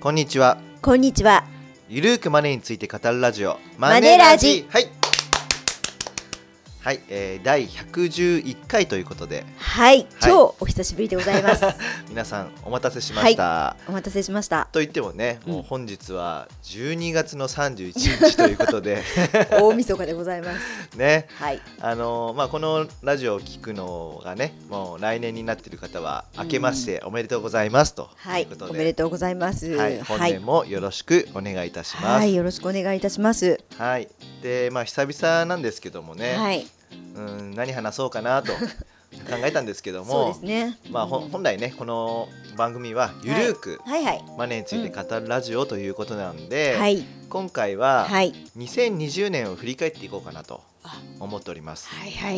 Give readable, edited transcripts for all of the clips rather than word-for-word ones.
こんにちは。 こんにちは。 ゆるーくマネーについて語るラジオマネラジ。 はいはい、第111回ということで、 はい、超お久しぶりでございます皆さんお待たせしました、 お待たせしました。 と言ってもね、もう本日は12月の31日ということで大晦日でございますね、 はい。 このラジオを聞くのがね、もう来年になっている方は明けましておめでとうございますとはいいうことで、 おめでとうございます。 はい、本年もよろしくお願いいたします。 はい、よろしくお願いいたします。 はい、で久々なんですけどもね、 はい、 何話そうかなと考えたんですけどそうでも、 すね。 本来ねこの番組はゆるーくはいはい。 マネーについて語るラジオということなんで、 はい。 今回ははい。 2020年を振り返っていこうかなと思っております。 はいはい。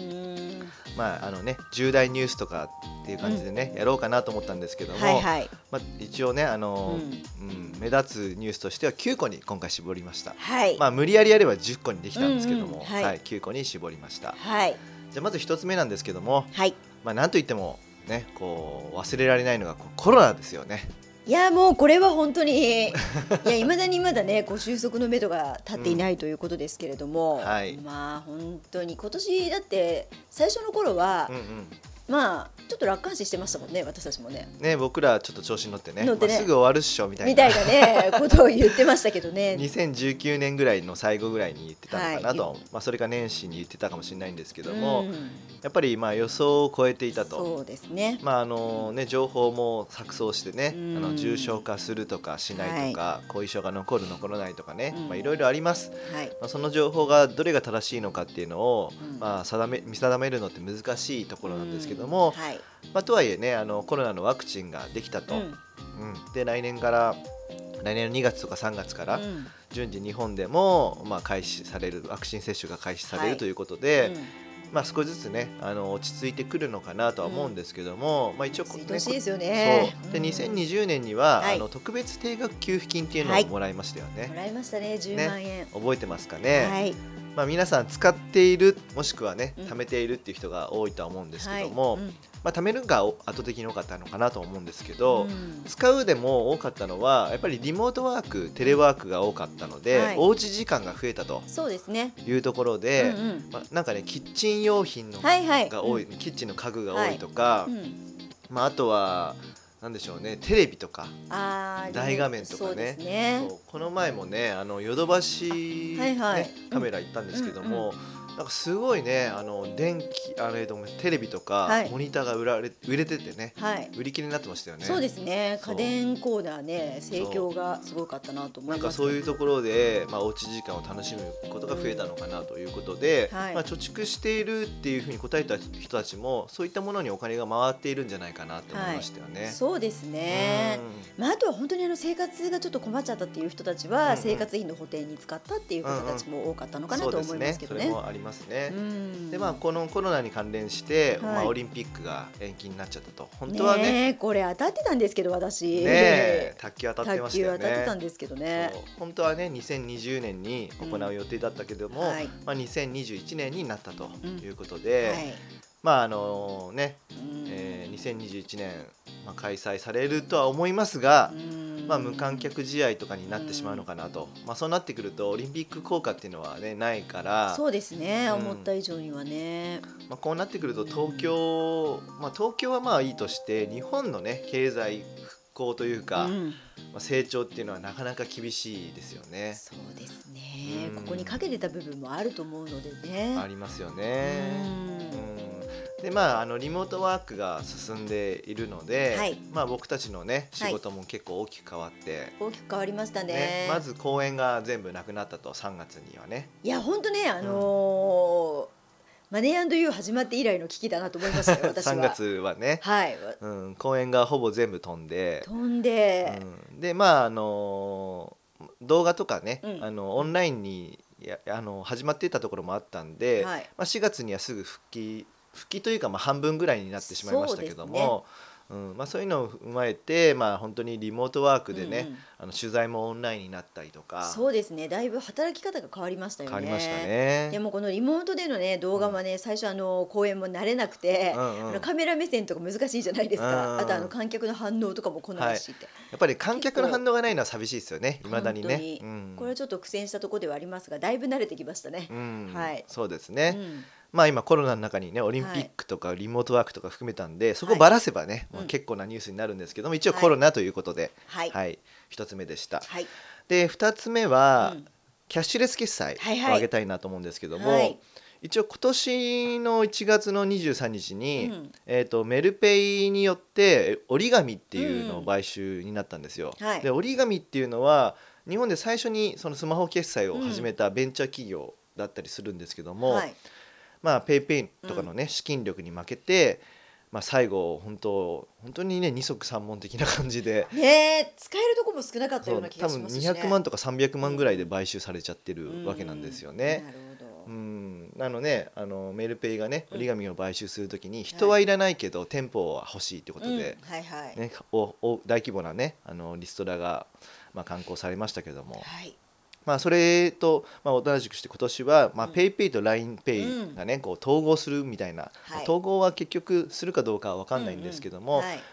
重大ニュースとかっていう感じでね、やろうかなと思ったんですけども、 はいはい。 一応ね目立つニュースとしては9個に今回絞りました。 はい。 無理やりやれば10個にできたんですけども、 はいはい、9個に絞りました。 はい。 じゃあまず1つ目なんですけども、 はい。 なんといってもね、こう忘れられないのがコロナですよね。 いやもうこれは本当にいまだにまだね収束の目処が立っていないということですけれども、 はい、 本当に今年だって最初の頃は、ちょっと楽観視してましたもんね、私たちもね。 僕らちょっと調子に乗ってね、すぐ終わるっしょみたいなねことを言ってましたけどね 2019年ぐらいの最後ぐらいに言ってたのかなと、それか年始に言ってたかもしれないんですけども、やっぱり予想を超えていたと。 そうですね。 情報も錯綜してね、重症化するとかしないとか、後遺症が残る残らないとかね、いろいろあります。その情報がどれが正しいのかっていうのを、見定めるのって難しいところなんですけども、とはいえね、コロナのワクチンができたと、で来年の2月とか3月から順次日本でも開始される、ワクチン接種が開始されるということで、少しずつね落ち着いてくるのかなとは思うんですけども、一応ね、しいですよね。 そうで2020年には、特別定額給付金っていうのをもらいましたよね。 もらいましたね、10万円、 覚えてますかね。皆さん使っている、もしくはね貯めているっていう人が多いとは思うんですけども、貯めるが圧倒的に多かったのかなと思うんですけど、使うでも多かったのはやっぱりリモートワーク、テレワークが多かったので、おうち時間が増えたというところで、なんかねキッチン用品のが多い、キッチンの家具が多いとか、あとはなんでしょうね、テレビとか大画面とかね。この前もねヨドバシ、カメラ行ったんですけども、なんかすごいね電気テレビとか、モニターが売れててね、売り切れになってましたよね。 そうですね、家電コーナーね盛況がすごかったなと思います。 なんかそういうところで、おうち時間を楽しむことが増えたのかなということで、貯蓄しているっていうふうに答えた人たちもそういったものにお金が回っているんじゃないかなと思いましたよね。 そうですね。あとは本当に生活がちょっと困っちゃったっていう人たちは、生活費の補填に使ったっていう方たちも多かったのかなと思いますけどね。 それもありますね。でこのコロナに関連して、オリンピックが延期になっちゃったと。本当はねこれ当たってたんですけど、私卓球当たってましたよね。 卓球当たってたんですけどね。 本当はね2020年に行う予定だったけども、2021年になったということで、2021年、開催されるとは思いますが、無観客試合とかになってしまうのかなと。そうなってくるとオリンピック効果っていうのはねないから、 そうですね、思った以上にはね。 こうなってくると東京はいいとして、日本のね経済復興というか、成長っていうのはなかなか厳しいですよね。 そうですね、ここにかけてた部分もあると思うのでね。 ありますよね。でリモートワークが進んでいるので、僕たちのね仕事も結構大きく変わって、 大きく変わりましたね。 まず公演が全部なくなったと、3月にはね。 いや本当ね、マネー&ユー始まって以来の危機だなと思いましたよ、私は。 3月はね、公演がほぼ全部飛んで、で動画とかね、オンラインに始まっていたところもあったんで、4月にはすぐ復帰というか半分ぐらいになってしまいましたけども、 そういうのを踏まえて、本当にリモートワークでね、取材もオンラインになったりとか。 そうですね、だいぶ働き方が変わりましたよ変わりましたね。でね。 もこのリモートでのね動画はね、最初公演も慣れなくて、 うんうんカメラ目線とか難しいじゃないでうすか。あとんうん観客の反応とかも来なはい。 いしって。 やっぱり観結構客の反応がないのは寂しいですよね、未だにね。 本当にこれはちょっと苦戦したところではありますが、だいぶ慣れてきましたね。はい。 そうですね。 うん。 今コロナの中にねオリンピッはい。 クとかリモートワークとか含めたんで、そこはい。 ばらせばね、 うん。 結構なニュースになるんですけども、一応はい。 コロナということで、 はい。 はい、一つ目でした。 はい。 で2つ目はうん。 キャッシュレス決済はいはい。 を挙げたいなと思うんですけども、 はい。 一応今年の1月の23日に、 うん。 メルペイによって折り紙ってうんいうのをうん。 買収になったんですよ。 はい。 で折り紙っていうのは日本で最初にそのスマホ決済を始めうん。 たベンチャー企業だったりするんですけども、 はい。 ペイペイうん。 とかのね資金力に負けて、最後本当にね二足三門的な感じで、 ねえ、使えるとこも少なかったような気がし多分200 ますしね。 万とか300 うん万ぐらいで買収されちゃってうん。うるわけなんですよん。 ね。 なるほど。 なのでメルペイがねうん。 折り紙を買収するときに人はい。 はいらないけど店舗は欲しいってこうん。 とで、 はいはい。 ね、大規模なねリストラが、刊行されましたけども、 はい。 それと、同じくして今年は、 うん。 ペイペイと LINEPay うん。 がねこう統合するみたいな、 はい。 統合は結局するかどうかは分かうんうんないんですけん。 ども、 はい。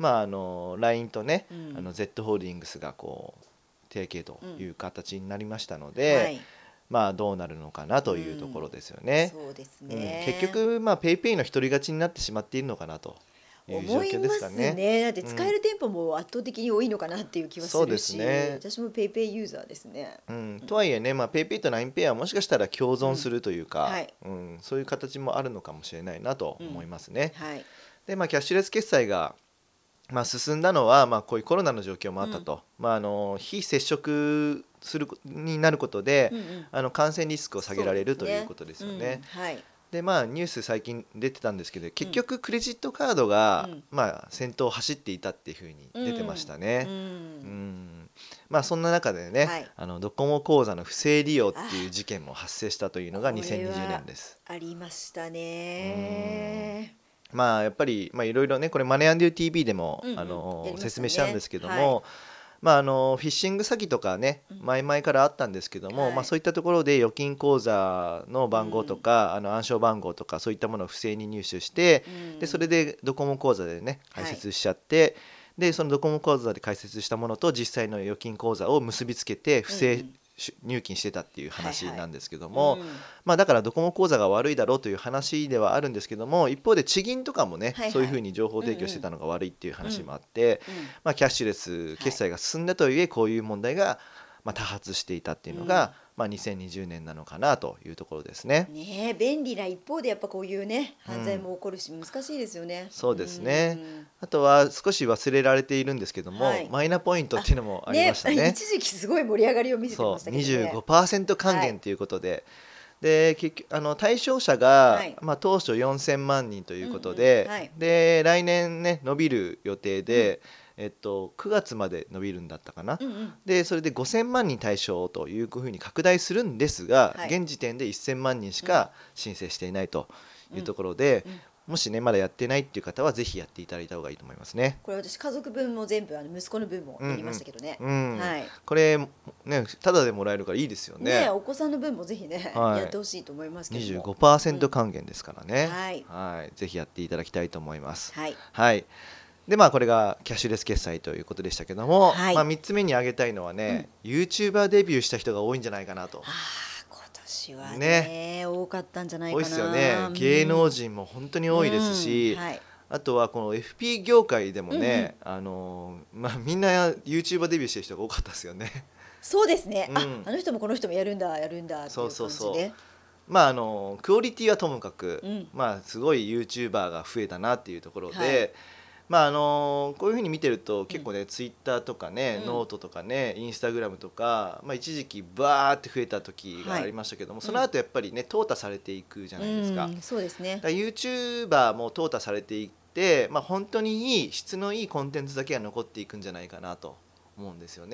LINE とねうん。 Z ホールディングスがこう提携とうん。 いう形になりましたので、 はい。 どうなるのかなうというところん。 ですよね。 そうです結ね。 局ペイペイの独り勝ちになってしまっているのかなという状思い況でますかね。 すね。だってうん、 使える店舗も圧倒的に多いのかなっていう気はするそうですし、 ね。 私もペイペイユーザーですね。 とはいえね、ペイペイと LINEPay はもしかしたら共うん。 存するというか、 はい。 そういう形もあるのかもしれないなと思いうん。 ますね。 はい。 で、キャッシュレス決済が、進んだのは、こういうコロナの状況もあうん。 ったと、非接触するになることでうんうん。 感染リスクを下げそうられですね。 るということですうん。 よね。 はい。 でニュース最近出てたんですけど、 うん。 結局クレジットカードが、 うん。 先頭を走っていたっていうふうにう出てましん。うたね。 ん。 そんな中でねはい。 ドコモ口座の不正利用っていうあ、 事件も発生したというのがこれ 2020 は年です。 ありましたうーんね。 やっぱり、いろいろねこれマネーTV でもうんうん。やりまし説たね。 明したんですけどはい。 も、フィッシング詐欺とかねうん。 前々からあったんですけども、 はい。 そういったところで預金口座の番号とうん。 か暗証番号とかそういったものを不正に入手して、 うでそれん。 でドコモ口座でね開はい。 設しちゃって、でそのドコモ口座で開設したものと実際の預金口座を結びつけて不正うんうん。 入金してたっていうはいはい。 話なんですけどうも、 ん。 だからドコモ口座が悪いだろうという話ではあるんですけども、一方で地銀とかもねそういうはいはい。 ふうに情報うんうん。 提供してたのが悪いっていう話もうん。 あって、 うん。 キャッシュレスはい。 決済が進んだとはいえこういう問題が多発していたっていうのが、 うん。 2020年なのかなというところですね。 ねえ、便利な一方でやっぱこういうね、犯罪うん、 も起こるし難しいですよね。うそうですね。 ん。 あとは少し忘れられているんですけども、 はい。 マイナポイントっあ、 ていうのもありましね、 たね。 一時期すごい盛り上がりを見せてましそうたけどね。 25%還はい。 元ということで、で結局対象者が、 はい。 当初4000万人というこうんうん。 とで、 はい。 来年ね伸びる予定うん。 で、9月まで伸びるんだったかな。 うんうん。 でそれで5000万人対象というふうに拡大するんですが、 はい。 現時点で1000万人しうん。 か申請していないというとうん。 ころで、 うん。 もしねまだやってないっていう方はぜひやっていただいた方がいいと思いますね。 これ私家族分も全部息子の分もやりましうんたけどね。 うんうん、 はい。 これねただでもらえるからいいですよねえ、 ね。 お子さんの分もぜひね、やはい、 ってほしいと思いますけども。う 25% ん。 還元ですからね。 はい。 はい、ぜひやっていただきたいと思います。 はい。 はい。でこれがキャッシュレス決済ということでしたけども、 はい。 3つ目に挙げたいのはうん。 ね YouTuber デビューした人が多いんじゃないかなと。 ああ、今年はね、 ね、多かったんじゃないか多いですよね。 な。う芸能ん。 人も本当にう多いですん。 し、 はい。 あとはこの FP 業界でもうんうん。 ね、みんな YouTuber デビューしてる人が多かったですよね。 そうですね。あ、 うん、 あの人もこの人もやるんだ、やるんだってそういうそうそ感じで。 う。クオリティはともかく、 うん。 すごい YouTuber が増えたなっていうところはい。 で、こういうふうに見てるとうん。 結構ね Twitter とかねうん。 ノートとかねインスタグラムとか、一時期バーって増えた時がありはい。 ましたけども、 うん。 その後やっぱりね淘汰されていくじゃうないですか。 ん、そうですね。 だから YouTuber も淘汰されていって、本当にいい質のいいコンテンツだけが残っていくんじゃないかなと思うんですよね。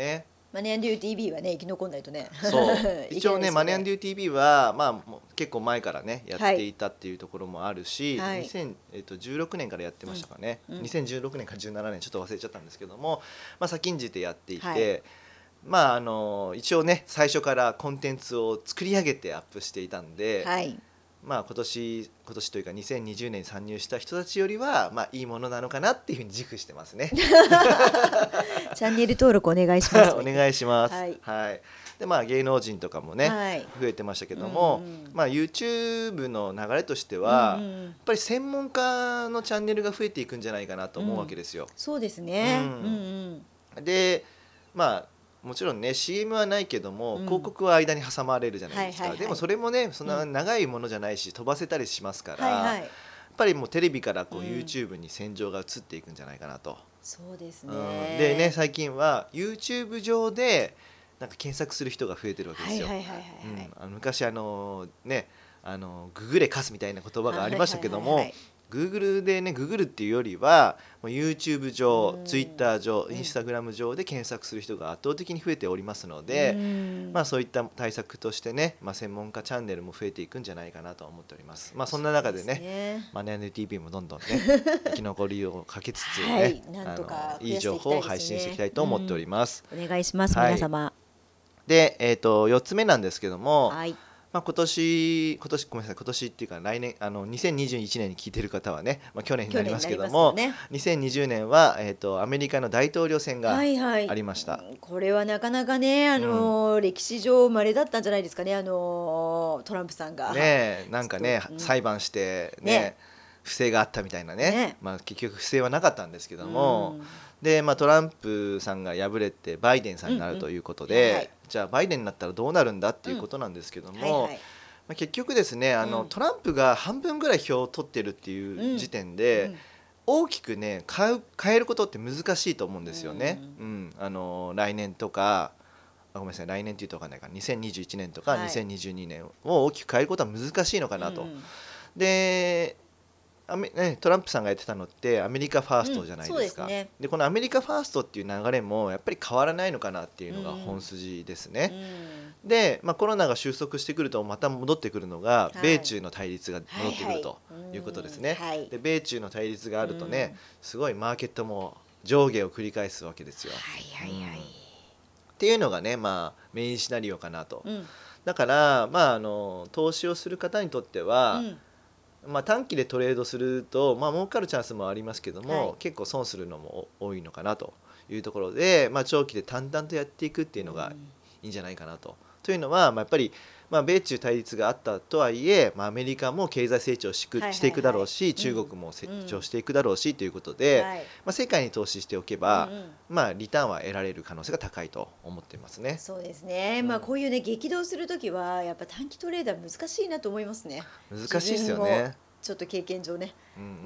マネー&デュー TV はね生き残んないとね。 そう一応ねマネー& いけないですよね。 デュー TV はまあもう結構前からねやってはいいたっていうところもあるし、 はい。 2016年からやってましたかね、 うん。 2016年か17年ちょっと忘れちゃったんですけども、まあ、先んじてやっていはい。 て、まあ一応ね最初からコンテンツを作り上げてアップしていたんで、 はい。 まあ今年というか2020年に参入した人たちよりはまあいいものなのかなっていうふうに自負してますね。 チャンネル登録お願いしますとお言って。 願いします。 はい。 はい。でまあ芸能人とかもねはい。 増えてましたけうんうども、 ん。 まあ YouTube の流れとしてうんうんはうん。 やっぱり専門家のチャンネルが増えていくんじゃないかなと思うわけうん。 ですよ。 そうですうね。うんん。 うん。 でまあもちろんね CM はないけども広うん。 告は間に挟まれるじゃないはいですか。でもはいはい。 それもねそんなうん。 長いものじゃないし飛ばせたりしますからやはいはい。 っぱりもうテレビからこううん。 YouTube に戦場が移っていくんじゃないかなと。 そうですでねね。 最近は YouTube 上でなんか検索する人が増えてるわけですよ。 はいはいはいはいはい。 昔ねググれカスみたいな言葉がありましたはいはいはいけども、 はいはい。 Google でねググるっていうよりはもう YouTube う上ん。 Twitter 上うん。 Instagram 上で検索する人が圧倒的に増えておりますのうで、まあ、 ん。 そういった対策としてね、まあ、専門家チャンネルも増えていくんじゃないかなと思っております。まあ、そんなそうです中でねね。 マネー TV もどんどんね生き残りをかけつつねはい、なんとか増いいやしていきたいで情報を配すね。 信していきたいと思っておりうん。 ます。 お願いします、 はい。 皆様。 で、4つ目なんですけども、 はい。 まあ、ごめんなさい、今年っていうか来年、2021年に聞いてる方はね、まあ、去年になります去年になりけども、 ますけどね。 2020年は、アメリカの大統領選がはいはい。 ありました。 これはなかなかね、 うん。 歴史上稀だったんじゃないですかね、トランプさんが。 ねえ、なんかね、 ちょっと、うん、 裁判してね、 ね、 不正があったみたいなね、 ね、 まあ、結局不正はなかったんですけうども、 ん、 で、まあ、トランプさんが敗れてバイデンさんになるうんうん。 ということはいはい。 で、じゃあバイデンになったらどうなるんだっていううん、 ことなんですけども、 はいはい。 まあ、結局ですねうん、 トランプが半分ぐらい票を取ってるっていう時うん、 点でうん、 大きくね変えることって難しいと思うんうですよね。 ん。 来年とかごめんなさい来年って言うと分かんないか2021年とかはい。 2022年を大きく変えることは難しいのかうなと。 ん、 でトランプさんがやってたのってアメリカファースうん、 トじゃないそうですか。 ですね。 でこのアメリカファーストっていう流れもやっぱり変わらないのかなっていううのが本ん、 筋ですうね。 ん、 で、まあ、コロナが収束してくるとまた戻ってくるのが米はい。 中の対立が戻ってくはいはい。 るとういうことですん、 ね。 はい。 で米中の対立があうるとねん。 すごいマーケットも上下を繰り返すわけですよ。 はいうん、 はいはい。 っていうのがね、まあ、メインシナリオかなと。 うん、 だから、まあ、投資をする方にとっては、 うん、 まあ、短期でトレードすると、まあ儲かるチャンスもありますけどはい。 も結構損するのも多いのかなというところで、まあ、長期で淡々とやっていくっていうのがうん、 いいんじゃないかなと。というのは、まあ、やっぱり、まあ、米中対立があったとはいえ、まあ、アメリカも経済成長はいしていくだはいはい。 ろうしうん、 中国も成うん、 長していくだろうしということで、 はい。 まあ、世界に投資しておけうんうば、 ん。 まあ、リターンは得られる可能性が高いと思っていますね。 そうですね。 うん、 こういうね、激動するときは、やっぱ短期トレーダー難しいなと思いますね。自難しいです分もよね。 ちょっと経験上ね。 うんうんうん、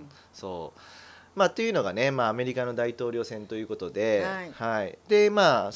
うん。 そうまあというのがね、まあ、アメリカの大統領選ということで、 はい。 はい、でまあ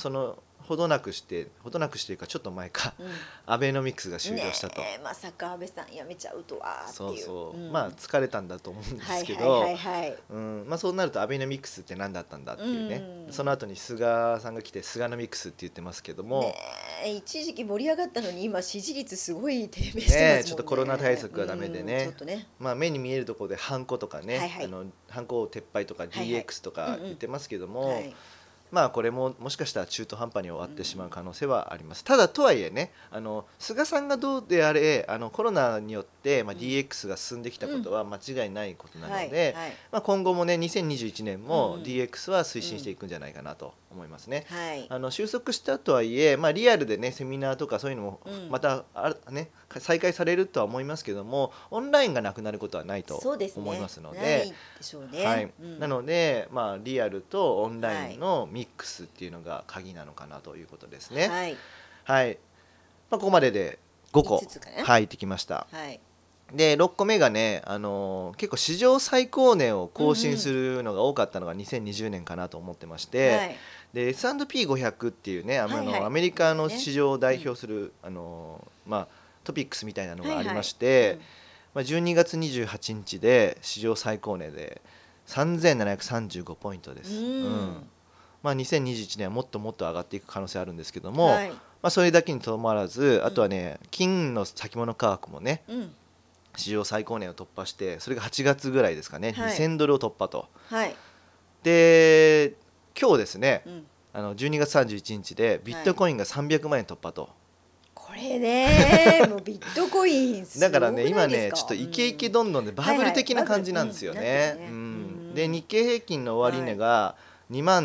ほどなくしていうかちょっと前かうアベノミクスがん。ね終了したと。 え、まさか安倍さん辞めちゃうとはっそうていう。うそうまあん。 疲れたんだと思うんではいすけはいはど、 いはい。 まあ、そうなるとアベノミクスって何だったんだっうていうね。そのん。 後に菅さんが来て菅ノミクスって言ってますけどねもえ、一時期盛り上がったのに今支持率すごい低迷してまねちょっとすもんコロナ対ね。 策がダメでうん、ちょっね、 とね。 まあ、目に見えるところでハンコとかねはいはい。 ハンコ撤廃とかはいはい。 DX とうんうん。 か言ってますけども、 はい。 まあこれももしかしたら中途半端に終わってしまううん。 可能性はあります。ただとはいえね菅さんがどうであれコロナによって、まあ、 うん。 DX が進んできたうん。 ことは間違いないことなはいので、 はい。 まあ、今後もね2021年もうん。 DX は推うん。 進していくんじゃないかなと思いますね。 はい。 収束したとはいえ、まあ、リアルでねセミナーとかそういうのもうん。 またね、再開されるとは思いますけどもオンラインがなくなることはないとそうですね。 思いますので、 ないでしょうね。 はい、 うん。 なので、まあ、リアルとオンライはい。 ンのミックスっていうのが鍵なのかなということですね。 はい。 はい、まあ、ここまでで5 5 個つかな。 入ってきました。 はい。 で6個目がね、結構史上最高値をうん更新すうん。 るのが多かったのが2020年かなと思ってまして、 はい。 で S&P500 っていうねアはいはい。 メリカのありますね。 市場を代うん。 表するまあ、トピックスみたいなのがありまはいはい。 して、 うん。 まあ、12月28日で史上最高値で3735ポイントでうす。うん、 ーん。 2021年はもっともっと上がっていく可能性あるんですけども、 はいそれだけにとどまらず、あとはね、金の先物価格もね、 うん史上最高値を突破して、それが8月ぐらいですかね、 はい 2000ドルを突破と。 はいで今日ですね、 うん 12月31日でビットコインが300万円突破と。 これねもうビットコインすごだからね、 くない今ですか。 ねちょっとイケイケどんどんでバブル的な感じなんですよね。で日経平均の終値が2万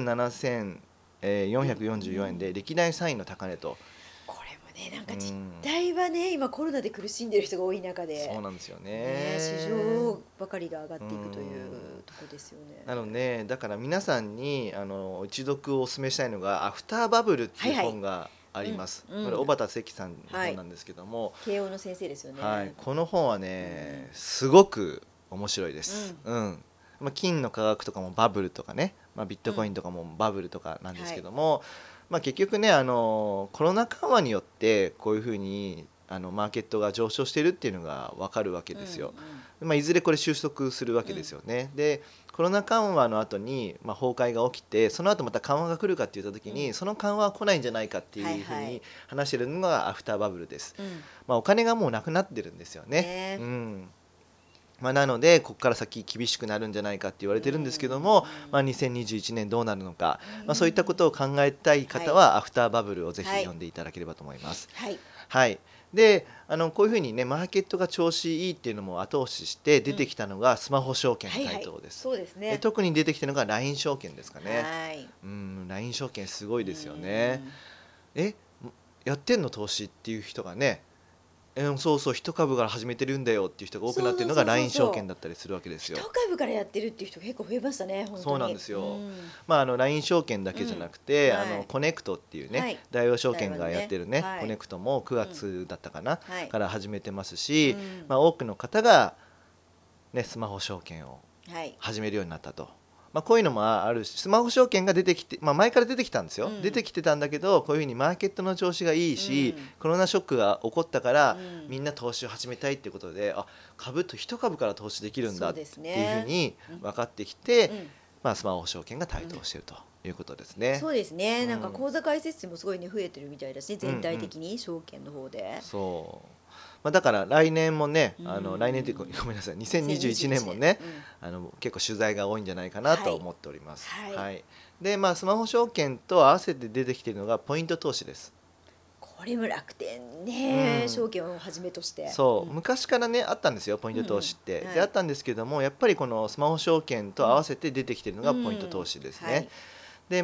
7444円で歴代3位の高値と。 これもねなんか実態はね、今コロナで苦しんでる人が多い中でそうなんですよね、市場ばかりが上がっていくというところですよね。 なのでだから皆さんに一読お勧めしたいのが「アフターバブル」っていう本があります。これ小畑関さんの本なんですけども、 慶応の先生ですよね。 はい、この本はねすごく面白いです。金の価格とかもバブルとかね、ビットコインとかもバブルとかなんですけども、結局ねコロナ緩和によってこういうふうにマーケットが上昇しているっていうのが分かるわけですよ。いずれこれ収束するわけですよね。でコロナ緩和の後に崩壊が起きて、その後また緩和が来るかって言った時に、その緩和は来ないんじゃないかっていうふうに話しているのがアフターバブルです。お金がもうなくなってるんですよね。なのでここから先厳しくなるんじゃないかって言われてるんですけども、2021年どうなるのか、そういったことを考えたい方はアフターバブルをぜひ読んでいただければと思います。でこういうふうにねマーケットが調子いいっていうのも後押しして出てきたのがスマホ証券の台頭です。特に出てきてるのが LINE 証券ですかね。LINE 証券すごいですよね。やってんの投資っていう人がね、そうそう一株から始めてるんだよっていう人が多くなってるのが LINE 証券だったりするわけですよ。 一株からやってるっていう人結構増えましたね。本当にそうなんですよ。LINE 証券だけじゃなくて、コネクトっていうね、大和証券がやってるね、コネクトも9月だったかな、から始めてますし、多くの方がねスマホ証券を始めるようになったと。こういうのもあるし、スマホ証券が出てきて、前から出てきたんですよ。出てきてたんだけど、こういうふうにマーケットの調子がいいし、コロナショックが起こったから、みんな投資を始めたいっていうことで、株と一株から投資できるんだっていうふうに分かってきて、スマホ証券が台頭しているということですね。 そうですね。なんか口座開設数もすごいね増えてるみたいだし、全体的に証券の方で。 だから来年もね、来年というかごめんなさい、2021年もね、結構取材が多いんじゃないかなと思っております。でスマホ証券と合わせて出てきているのがポイント投資です。 これも楽天ね、証券をはじめとして、 昔からねあったんですよポイント投資って。であったんですけども、やっぱりこのスマホ証券と合わせて出てきているのがポイント投資ですね。で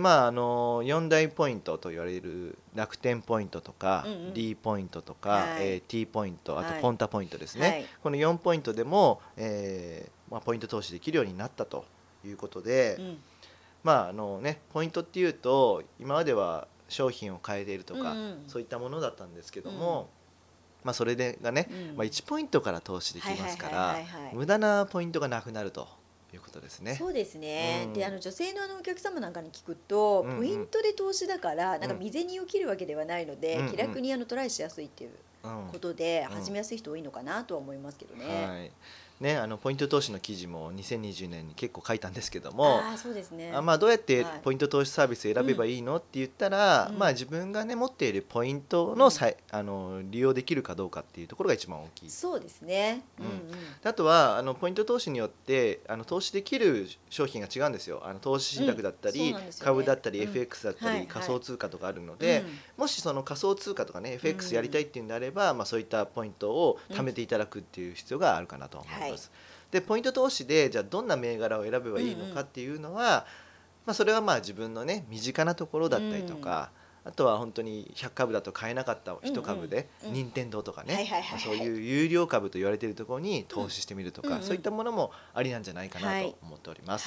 4大ポイントと言われる楽天ポイントとか、D ポイントとか、T ポイント、あとポンタポイントですね。この4ポイントでも、ポイント投資できるようになったということで、ポイントっていうと今までは商品を買えているとか、そういったものだったんですけども、それがね、1ポイントから投資できますから、無駄なポイントがなくなるということですね。 そうですね。で女性のお客様なんかに聞くと、ポイントで投資だからなんか身銭を切るわけではないので、気楽にトライしやすいっていうことで始めやすい人多いのかなとは思いますけどね。 ポイント投資の記事も2020年に結構書いたんですけども、 そうですね。 どうやってポイント投資サービスを選べばいいのって言ったら、自分がね持っているポイントの利用できるかどうかっていうところが一番大きい。 そうですね。 あとはポイント投資によって投資できる商品が違うんですよ。投資信託だったり、株だったり、FX だったり、仮想通貨とかあるので、もしその仮想通貨とかね FX やりたいっていうんであれば、そういったポイントを貯めていただくっていう必要があるかなと思います。でポイント投資でじゃあどんな銘柄を選べばいいのかっていうのは、それは自分のね身近なところだったりとか、あとは本当に100株だと買えなかった1株で任天堂とかね、そういう有料株と言われているところに投資してみるとか、そういったものもありなんじゃないかなと思っております。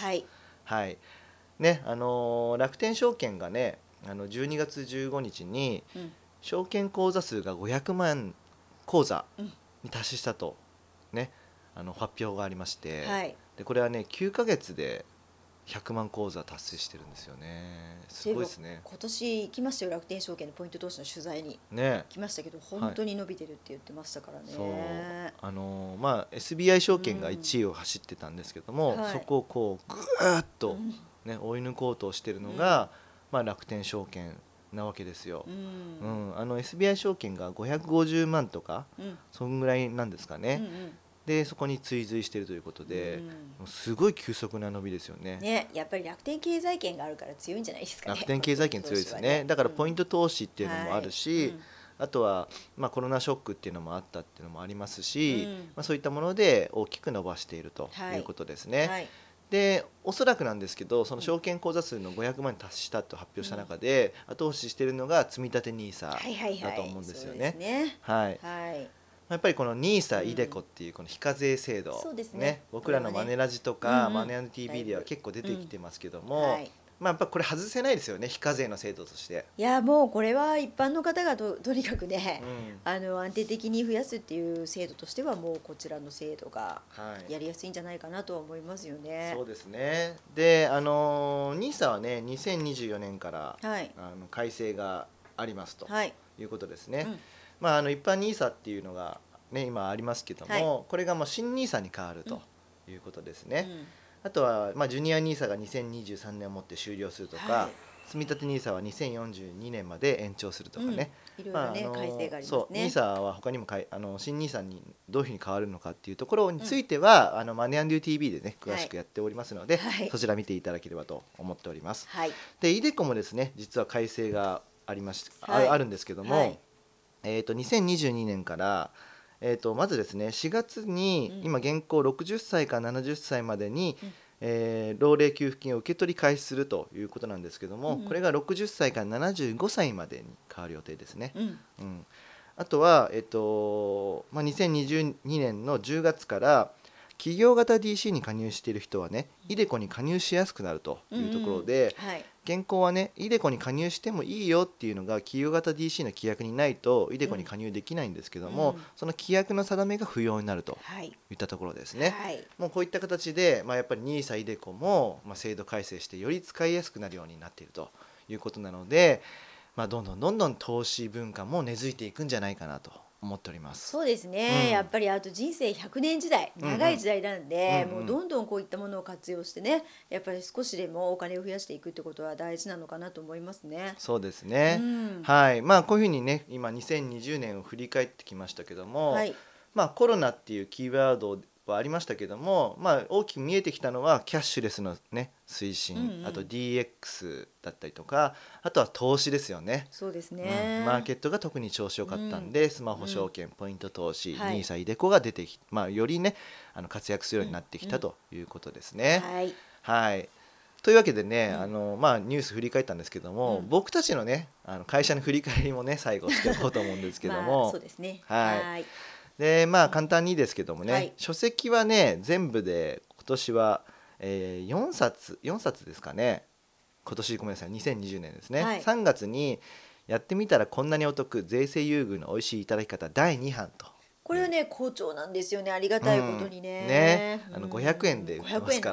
楽天証券がね12月15日に証券口座数が500万口座に達したとね発表がありまして、でこれはね9ヶ月で100万口座達成してるんですよね。すごいですね。 今年行きましたよ、楽天証券のポイント投資の取材に来ましたけど、本当に伸びてるって言ってましたからね。 SBI 証券が1位を走ってたんですけども、そこをこうぐーっとね追い抜こうとしてるのが、 楽天証券なわけですよ。SBI 証券が550万とか、そんぐらいなんですかね。でそこに追随しているということで、すごい急速な伸びですよね。 やっぱり楽天経済圏があるから強いんじゃないですかね。 楽天経済圏強いですね。だからポイント投資っていうのもあるし、あとはコロナショックっていうのもあったっていうのもありますし、そういったもので大きく伸ばしているということですね。でおそらくなんですけど、その証券口座数の500万に達したと発表した中で、後押ししているのが積立 NISA だと思うんですよね。やっぱりこの NISA、iDeCo っていうこの非課税制度、僕らのマネラジとかマネー TV では結構出てきてますけども、やっぱこれ外せないですよね、非課税の制度として。 いやもうこれは一般の方がとにかくね、安定的に増やすっていう制度としてはもうこちらの制度がやりやすいんじゃないかなと思いますよね。 そうですね。でNISA はね2024年から、改正がありますということですね。一般 NISA っていうのが、今ありますけども、これがもう新 NISA に変わるということですね。あとは、ジュニア NISA が2023年をもって終了するとか、積立 NISA は2042年まで延長するとかね、 いろいろね、改正がありますね。 そう NISA は他にも新 NISA にどういうふうに変わるのかっていうところについては、マネー TV でね詳しくやっておりますので、そちら見ていただければと思っております。でiDeCoもですね、実は改正があるんですけども、2022年から、まずですね4月に、今現行60歳から70歳までに、老齢給付金を受け取り開始するということなんですけども、これが60歳から75歳までに変わる予定ですね。あとは、2022年の10月から企業型 DC に加入している人はね、iDeCo に加入しやすくなるというところで、現行はねiDeCoに加入してもいいよっていうのが企業型 DC の規約にないとiDeCoに加入できないんですけども、その規約の定めが不要になるといったところですね。もうこういった形で、やっぱり NISA、iDeCo も、制度改正してより使いやすくなるようになっているということなので、どんどん投資文化も根付いていくんじゃないかなと思っております。 そうですね、やっぱりあと人生100年時代、長い時代なんで、もうどんどんこういったものを活用してね、やっぱり少しでもお金を増やしていくってことは大事なのかなと思いますね。 そうですね、こういうふうにね今2020年を振り返ってきましたけども、コロナっていうキーワードはありましたけども、大きく見えてきたのはキャッシュレスのね推進、あと DX だったりとか、あとは投資ですよね。 そうですね、 マーケットが特に調子よかったんで、スマホ証券、ポイント投資、NISA、iDeCo が出てき、よりね活躍するようになってきたということですね。というわけでね、ニュース振り返ったんですけども、僕たちのね会社の振り返りもね最後しておこうと思うんですけどもそうですね、 で簡単にですけどもね、書籍はね全部で今年は、4冊ですかね。今年ごめんなさい2020年ですね、3月にやってみたらこんなにお得、税制優遇の美味しいいただき方第2版と、 これはね好調なんですよね、ありがたいことにね。 500円で売ってますから、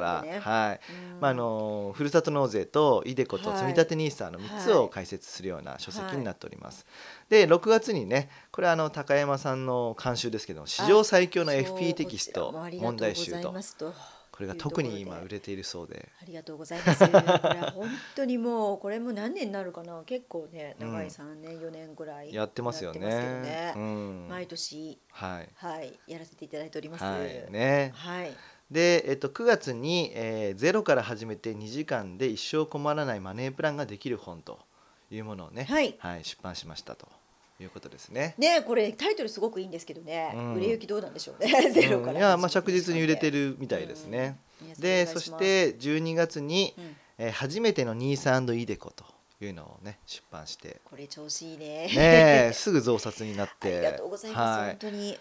ふるさと納税とiDeCoと積立 NISA の3つを解説するような書籍になっております。で6月にね、これ高山さんの監修ですけど、史上最強の FP テキスト問題集と、これが特に今売れているそうで、 ありがとうございます。これは本当にもうこれも何年になるかな、結構ね長い3年4年ぐらいやってますよね。 毎年やらせていただいております。 で、9月に、ゼロから始めて2時間で一生困らないマネープランができる本というものをね、出版しましたということですね。 これタイトルすごくいいんですけどね、売れ行きどうなんでしょうね。ゼロから、 着実に売れてるみたいですね。でそして12月に、初めての NISA&iDeCo というのをね出版して、 これ調子いいね。 すぐ増刷になってありがとうございます、本当に。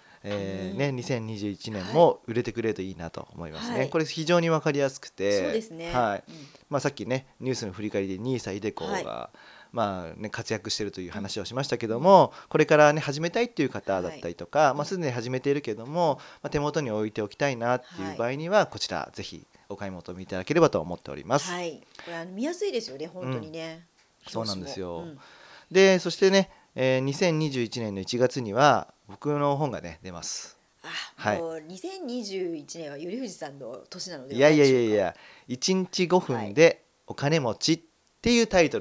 2021年も売れてくれるといいなと思いますね。これ非常に分かりやすくて、 そうですね、 さっきねニュースの振り返りで NISA、iDeCo が、活躍しているという話をしましたけども、これからね始めたいっていう方だったりとか、すでに始めているけども、手元に置いておきたいなっていう場合には、こちらぜひお買い求めいただければと思っております。 これ見やすいですよね、本当にね。 そうなんですよ。でそしてね、2021年の1月には僕の本がね出ます。 もう2021年は頼藤さんの年なので、 いや1日5分でお金持ちっていうタイトルの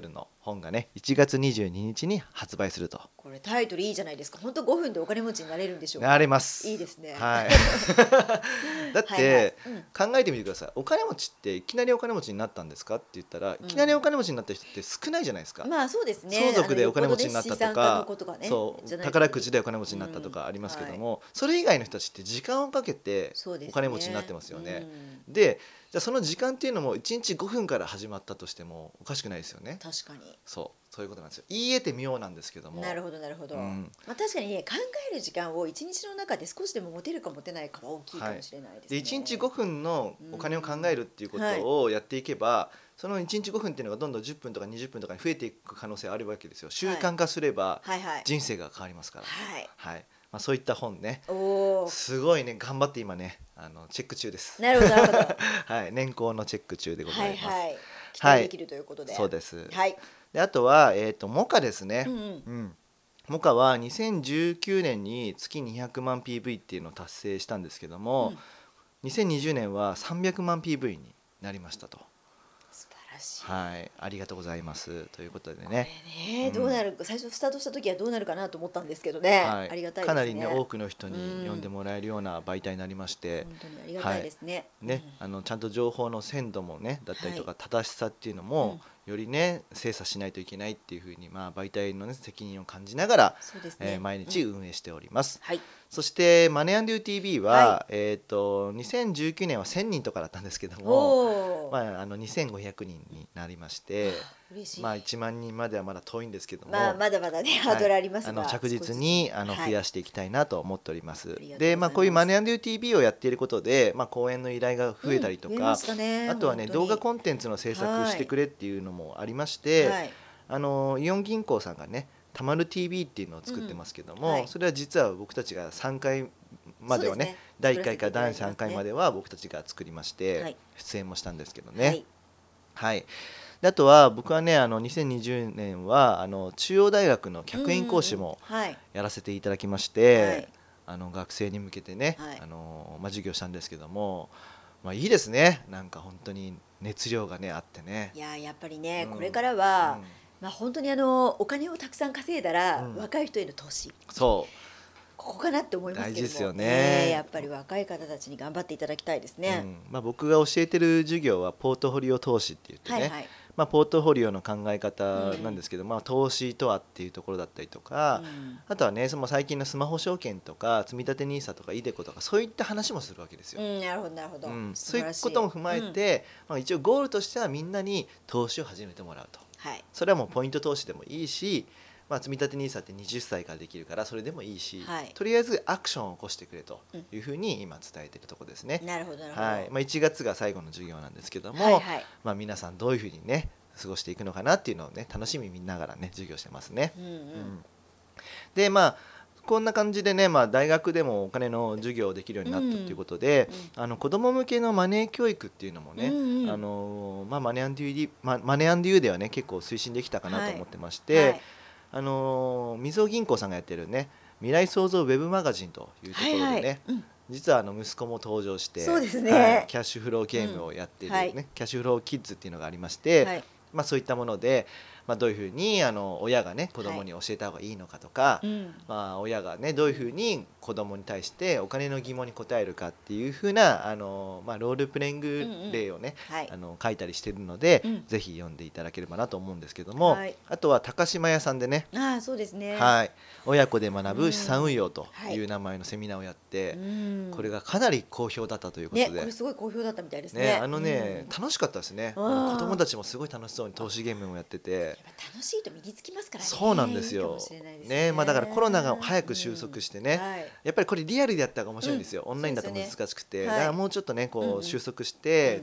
本がね1月22日に発売すると。 これタイトルいいじゃないですか。本当5分でお金持ちになれるんでしょうか。 なれます。 いいですね。 はいだっはいはいて考えてみてください。お金持ちっていきなりお金持ちになったんですかって言ったら、いきなりお金持ちになった人って少ないじゃないですか。 まあそうですね。 相続でお金持ちになったとか、 ね、 そう宝くじでお金持ちになったとかありますけども、それ以外の人たちって時間をかけてお金持ちになってますよね。でじゃあその時間っていうのも1日5分から始まったとしてもおかしくないですよね。 確かにそういうことなんですよ。言い得て妙なんですけども。 なるほどなるほど、まあ、確かにね考える時間を1日の中で少しでも持てるか持てないかは大きいかもしれないですね。 で1日5分のお金を考えるっていうことをやっていけば、その1日5分っていうのがどんどん10分とか20分とかに増えていく可能性あるわけですよ。習慣化すれば人生が変わりますから。はいまあ、そういった本ね、すごいね頑張って今ねチェック中です。 なるほどなるほどはい、年功のチェック中でございます。 期待できるということで、 そうです。 はいであとはモカですね。モカは2019年に月200万 PV っていうのを達成したんですけども、2020年は300万 PV になりましたと。 素晴らしい。 はい、ありがとうございますということでね。 どうなる、最初スタートした時はどうなるかなと思ったんですけどね。ありがたいですね。 かなりね多くの人に読んでもらえるような媒体になりまして、 本当にありがたいですね。 ちゃんと情報の鮮度もねだったりとか正しさっていうのもよりね精査しないといけないっていうふうに、まあ、媒体の、ね、責任を感じながら、毎日運営しております。そしてマネー&ユー TV は、2019年は1000人とかだったんですけども、2500人になりまして、まあ、1万人まではまだ遠いんですけども、 まだまだねハードルありますが、 着実に増やしていきたいなと思っております。で、まあ、こういうマネー&ユー TV をやっていることで、まあ、講演の依頼が増えたりとか、あとはね動画コンテンツの制作してくれっていうのもありまして、イオン銀行さんがねたまる TV っていうのを作ってますけども、それは実は僕たちが3回まではね第1回から第3回までは僕たちが作りまして、出演もしたんですけどね。であとは僕はね2020年は中央大学の客員講師もやらせていただきまして、学生に向けてね、授業したんですけども、まあ、いいですね。なんか本当に熱量がねあってね。 やっぱりね、これからは、まあ、本当にお金をたくさん稼いだら、若い人への投資、ここかなって思いますけども、 大事ですよね。 やっぱり若い方たちに頑張っていただきたいですね。 まあ、僕が教えてる授業はポートフォリオ投資って言ってね、まあ、ポートフォリオの考え方なんですけど、まあ、投資とはっていうところだったりとか、あとはね最近のスマホ証券とか積立 NISA とかイデコとかそういった話もするわけですよ。 なるほどなるほど、 そういうことも踏まえて、まあ、一応ゴールとしてはみんなに投資を始めてもらうと、それはもうポイント投資でもいいし、まあ、積立 NISA って20歳からできるからそれでもいいし、とりあえずアクションを起こしてくれというふうに今伝えているところですね。 なるほどなるほど。 まあ、1月が最後の授業なんですけども、まあ、皆さんどういうふうにね過ごしていくのかなっていうのをね楽しみに見ながらね授業してますね。でまあこんな感じでね、まあ、大学でもお金の授業できるようになったということで、子ども向けのマネー教育っていうのもね、マネー&ユーではね結構推進できたかなと思ってまして、みずほ銀行さんがやってるね未来創造ウェブマガジンというところでね、実は息子も登場して、キャッシュフローゲームをやっているね、キャッシュフローキッズっていうのがありまして、まあ、そういったもので、まあ、どういうふうに親がね子供に教えた方がいいのかとか、まあ、親がねどういうふうに子供に対してお金の疑問に答えるかっていうふうなまあ、ロールプレイング例をね、書いたりしてるので、ぜひ読んでいただければなと思うんですけども、あとは高島屋さんでね、 そうですね、 親子で学ぶ資産運用という名前のセミナーをやって、これがかなり好評だったということで、 これすごい好評だったみたいですね。 楽しかったですね。子供たちもすごい楽しそうに投資ゲームをやってて、 楽しいと身につきますからね。 そうなんですよ。まあ、だからコロナが早く収束してね、やっぱりこれリアルでやった方が面白いんですよ。オンラインだと難しくて、だからもうちょっとねこう収束して、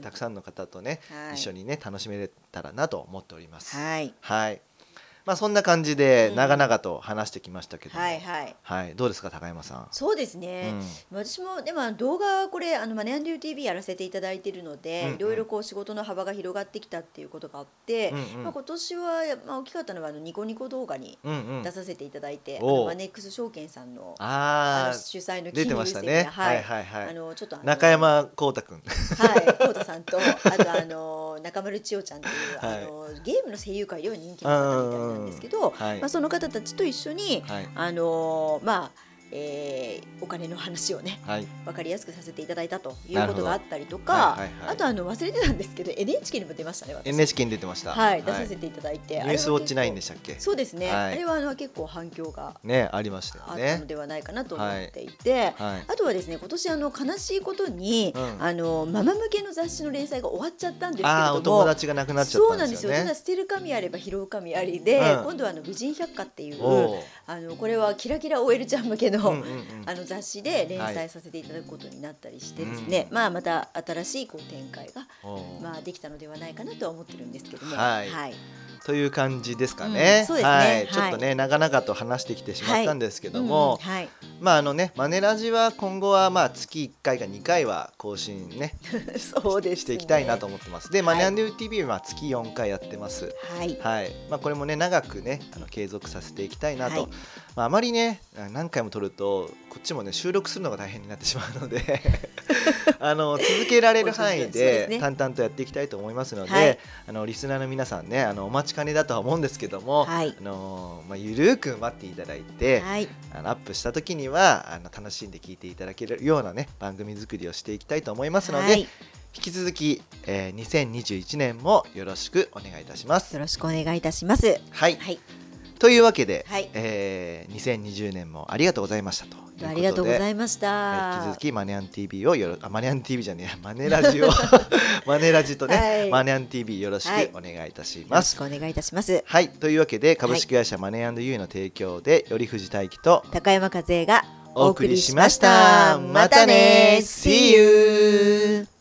たくさんの方とね、一緒にね楽しめたらなと思っております。 まあそんな感じで長々と話してきましたけども、 はいはい。 はい、どうですか高山さん。 そうですね。私もでも動画これマネー TV やらせていただいているので、いろいろこう仕事の幅が広がってきたっていうことがあって、今年は大きかったのはニコニコ動画に出させていただいて、マネックス証券さんの主催の金融セミナー、はい、ちょっと中山光太くん、 はい、光太さんとあと中丸千代ちゃんっていう、ゲームの声優界では人気の方みたいなんですけど、その方たちと一緒に、お金の話をね、分かりやすくさせていただいたということがあったりとか、あと忘れてたんですけど NHK にも出ましたね。私 NHK に出てました。 はい、出させていただいて、 ニュースウォッチ9でしたっけ。 そうですね、あれは結構反響がねありましたよね。 あったのではないかなと思っていて、あとはですね、今年悲しいことにママ向けの雑誌の連載が終わっちゃったんですけれども、 お友達が亡くなっちゃったんですよね。 そうなんですよ。ただ捨てる神あれば拾う神ありで、今度は美人百科っていうこれはキラキラ OL ちゃん向けの雑誌で連載させていただくことになったりしてですね、また新しい展開ができたのではないかなとは思ってるんですけども、 という感じですかね。 そうですね。 ちょっとね長々と話してきてしまったんですけども、マネラジは今後は月1回か2回は更新ねしていきたいなと思ってます。でマネ&TV は月4回やってます。これもね長くね継続させていきたいなと。あまりね何回も撮るとこっちもね収録するのが大変になってしまうので続けられる範囲で淡々とやっていきたいと思いますので、リスナーの皆さんねお待ちかねだとは思うんですけども、ゆるく待っていただいて、アップした時には楽しんで聞いていただけるようなね番組作りをしていきたいと思いますので、引き続き、2021年もよろしくお願いいたします。 よろしくお願いいたします。 というわけで、2020年もありがとうございましたということで、 ありがとうございました。 引き続きマネアン TV をマネアン TV じゃねえマネラジをマネラジとね、マネアン TV よろしくお願いいたします。 よろしくお願いいたします。 というわけで株式会社マネ&ユーの提供で頼藤大樹と高山和恵がお送りしました。またね See you